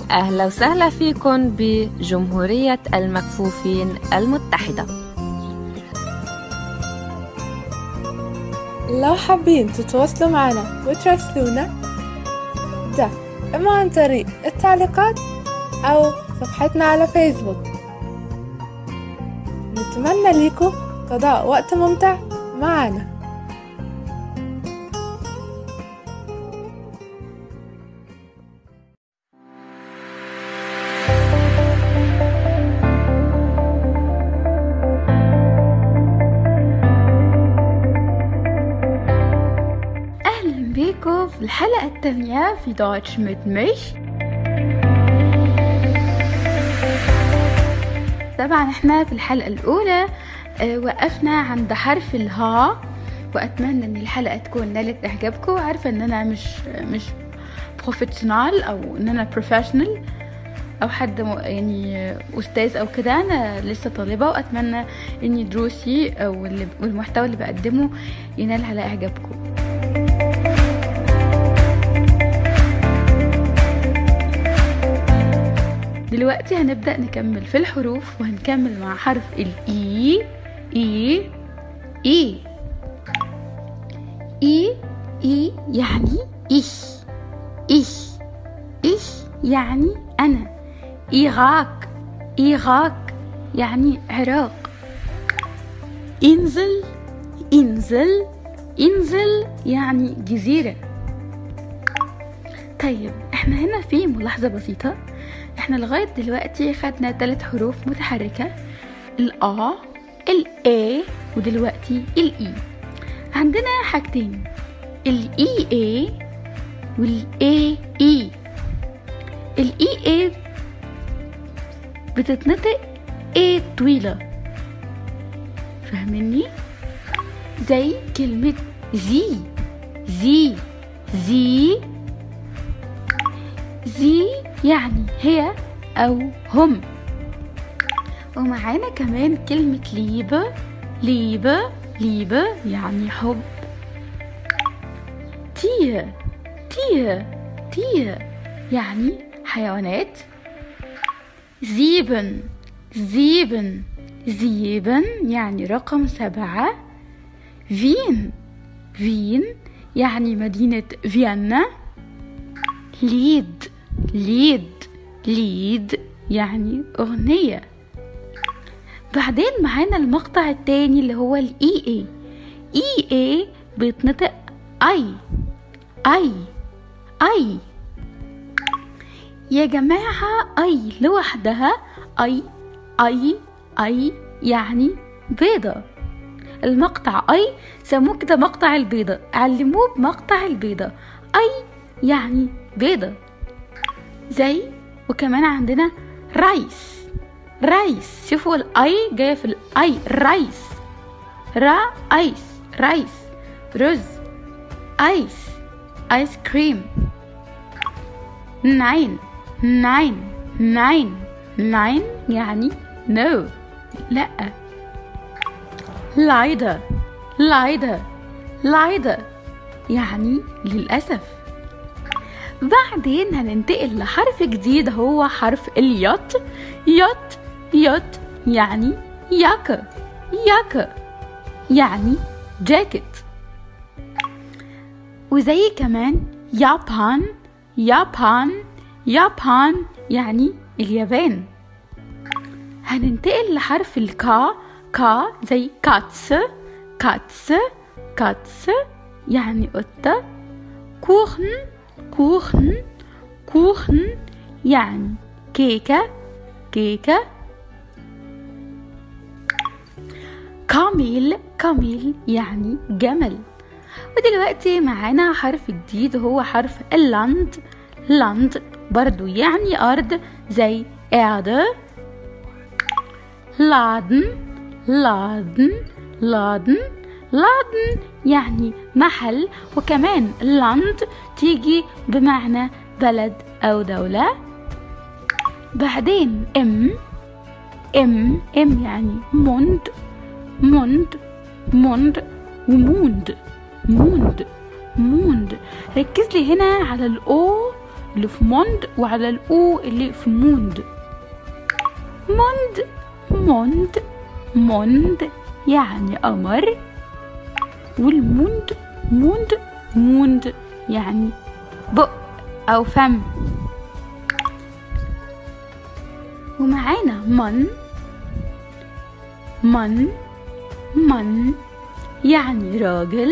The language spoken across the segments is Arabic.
أهلا وسهلا فيكم بجمهورية المكفوفين المتحدة. لو حابين تتواصلوا معنا وتراسلونا ده إما عن طريق التعليقات أو صفحتنا على فيسبوك. نتمنى لكم قضاء وقت ممتع معنا. بيكم في الحلقة الثانية في دويتش mit mich. طبعا احنا في الحلقة الأولى وقفنا عند حرف الها، وأتمنى ان الحلقة تكون نالت إعجابكم. عارفة ان انا مش بروفيشنال او ان انا بروفيشنال او حد يعني استاذ او كده، انا لسه طالبة، واتمنى ان دروسي او المحتوى اللي بقدمه ينال على إعجابكم. دلوقتي هنبدأ نكمل في الحروف، وهنكمل مع حرف الإي. إي إي إي إي يعني إيش. إيش إيش يعني أنا. إيغاك. إيغاك يعني عراق. إنزل. إنزل. إنزل يعني جزيرة. طيب احنا هنا في ملاحظة بسيطة. احنا لغاية دلوقتي خدنا 3 حروف متحركة، الآ، الآ، ودلوقتي الإي. عندنا حاجتين، الإي إي والإي إي. الإي إي بتتنطق إي طويلة، فاهميني؟ زي كلمة زي. زي زي زي يعني هي أو هم. ومعانا كمان كلمة ليبة. ليبة ليبة يعني حب. تيه. تيه تيه يعني حيوانات. زيبن. زيبن زيبن يعني رقم 7. فين. فين يعني مدينة فيينا. ليد. ليد ليد يعني أغنية. بعدين معانا المقطع التاني اللي هو الإي إي. إي إي بيتنطق أي. أي أي يا جماعة، أي لوحدها أي. أي أي يعني بيضة. المقطع أي سموه كده مقطع البيضة، علموه بمقطع البيضة. أي يعني بيضة. زي وكمان عندنا رايس. رايس، شوفوا الأي جاية في الأي. رايس. رايس رايس. رز. آيس. آيس كريم. ناين. ناين. ناين. ناين يعني نو، لأ. لايدا. لايدا. لايدا يعني للأسف. بعدين هننتقل لحرف جديد، هو حرف اليوت. يوت. يوت يعني ياكا. ياكا يعني جاكيت. وزي كمان يابان. يابان. يابان يعني اليابان. هننتقل لحرف الكا. كا زي كاتس. كاتس. كاتس يعني قطة. كوخن. كوخن. كوخن يعني كيكة. كيكة. كاميل. كاميل يعني جمل. ودلوقتي معانا حرف جديد، هو حرف اللاند. لاند برضو يعني أرض، زي إعدة. لادن. لادن. لادن. لادن يعني محل، وكمان لاند تيجي بمعنى بلد أو دولة. بعدين ام. ام. ام يعني موند. موند. موند وموند. موند. موند. ركز لي هنا على الأو اللي في موند وعلى الأو اللي في موند. موند موند موند يعني قمر، والموند موند موند يعني بق أو فم. ومعانا من من من يعني راجل.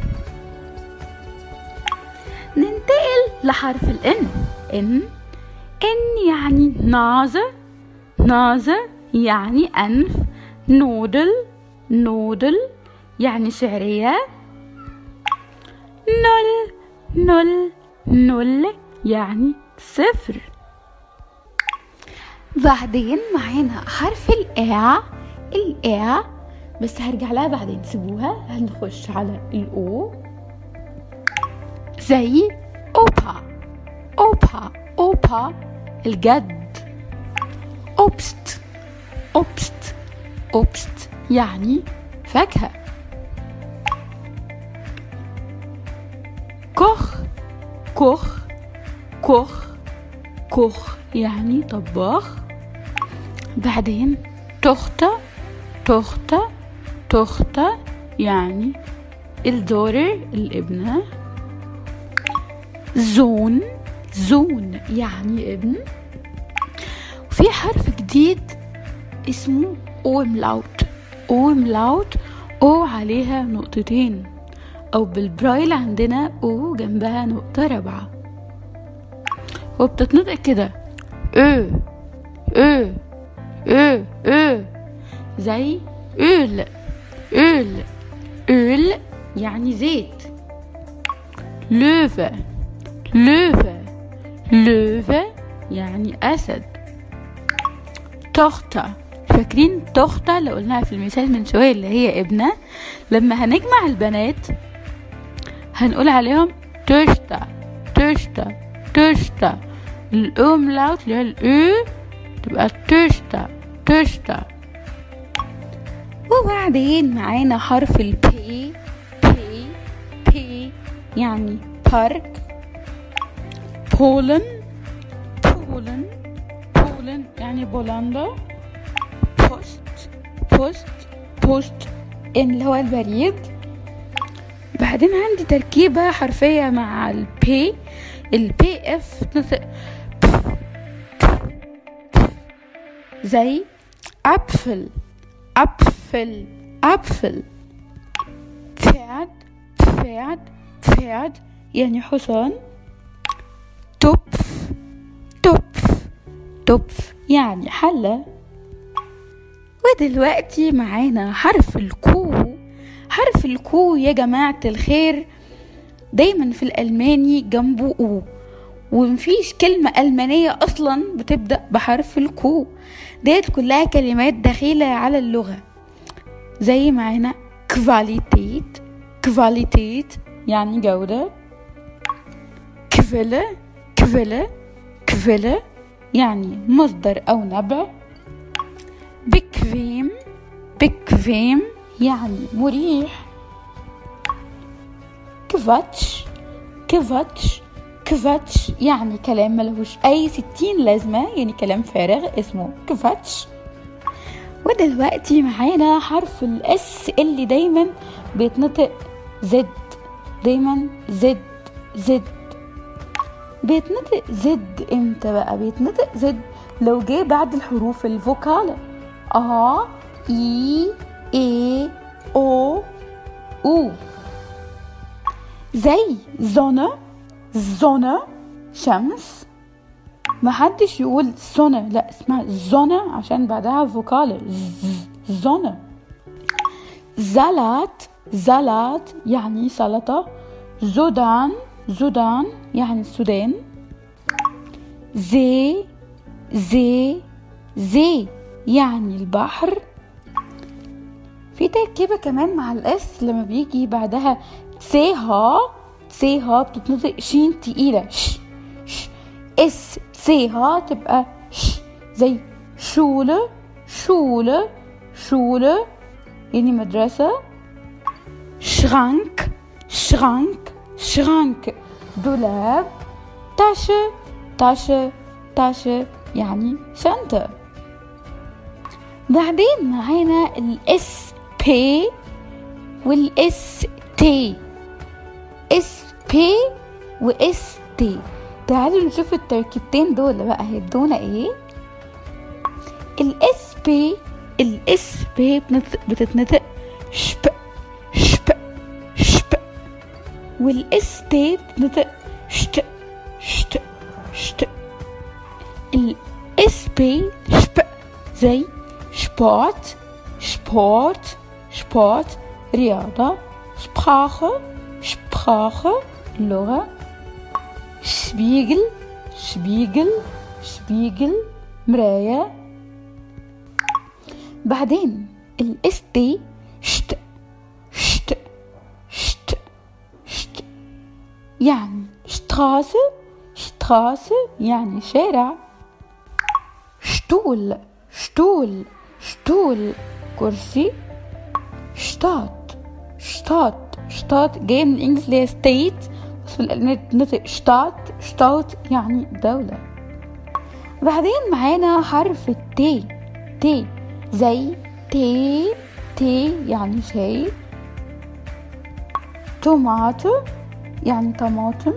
ننتقل لحرف الإن. إن يعني نازة. نازة يعني أنف. نودل نودل يعني شعرية. نل نل نل يعني صفر. بعدين معانا حرف الآ. الآ بس هرجع لها بعدين، سيبوها. هنخش على الأو زي أوبا. أوبا أوبا الجد. أوبست أوبست أوبست يعني فاكهة. كوخ كوخ كوخ كوخ يعني طباخ. بعدين تختة تختة تختة يعني الدورة الابنة. زون زون يعني ابن. وفي حرف جديد اسمه اوملاوت. اوملاوت او عليها نقطتين، او بالبرايل عندنا او جنبها نقطة رابعة، وبتتنطق كده او او او او زي أول. أول أول يعني زيت. لوفة لوفة لوفة يعني أسد. تختة، فاكرين تختة اللي قلناها في المثال من شوية اللي هي ابنة؟ لما هنجمع البنات هنقول عليهم تشتا تشتا تشتا. الأوملاوت اللي هي الأو تبقى تشتا تشتا. وبعدين معانا حرف البي. بي بي يعني بارك. بولن بولن بولن يعني بولندا. بوست بوست بوست اللي هو البريد. بعدين عندي تركيبة حرفية مع البي. البي اف تنطق زي أبفل أبفل أبفل. فعد فعد فعد يعني حصان. تبف تبف تبف يعني حلة. ودلوقتي معانا حرف الكو. حرف الكو يا جماعة الخير دايما في الألماني جنبه او، ومفيش كلمة ألمانية أصلا بتبدأ بحرف الكو. ديت كلها كلمات دخيلة على اللغة، زي معنا كواليتيت. كواليتيت يعني جودة. كفلة كفلة كفلة يعني مصدر أو نبع. بكفيم بكفيم يعني مريح. كفاتش كفاتش كفاتش يعني كلام ملهوش أي 60 لازمة، يعني كلام فارغ اسمه كفاتش. ودلوقتي معانا حرف الاس اللي دايما بيتنطق زد. دايما زد زد. بيتنطق زد امتى بقى؟ بيتنطق زد لو جه بعد الحروف الفوكالة اي اي او او، زي زونة زونة شمس. محدش يقول سونة، لا اسمها زونة عشان بعدها فوكالة زونة. زلات زلات يعني سلطة. زودان زودان يعني السودان. زي زي زي يعني البحر. في تركيبة كمان مع الاس لما بيجي بعدها تسيها. تسيها بتتنطق شين تقيلة ش ش. اس تسيها تبقى ش زي شولة شولة شولة يعني مدرسة. شرانك شرانك شرانك دولاب. تاشة تاشا، تاشا يعني شنطة. بعدين معانا الاس بي والاس تي، اس بي واس تي. تعالوا نشوف التركيبتين دول بقى هيدونا ايه. الاس بي بتتنطق شب شب شب، والاس تي بتتنطق شت شت شت. الاس بي شب زي سبورت سبورت سبورت، رياضة. سبراخة لغة. شبيجل مراية. بعدين الاس تي شت شت شت شت يعني شتراسة يعني شارع. شتول كرسي. شتات جاي من الانجليزي ستيت، بس في النطق شتات يعني دولة. بعدين معانا حرف التي زي تي يعني شاي. توماتو يعني طماطم.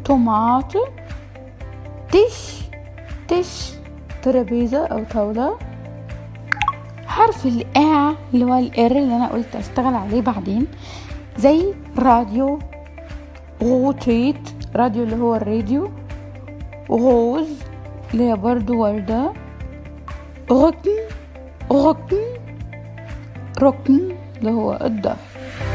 تش ترابيزة أو طاولة. حرف الآ اللي هو الإر اللي أنا قلت أشتغل عليه بعدين، زي راديو. روتيت راديو اللي هو الراديو. روز اللي هي برضو وردة. ركن اللي هو الظهر.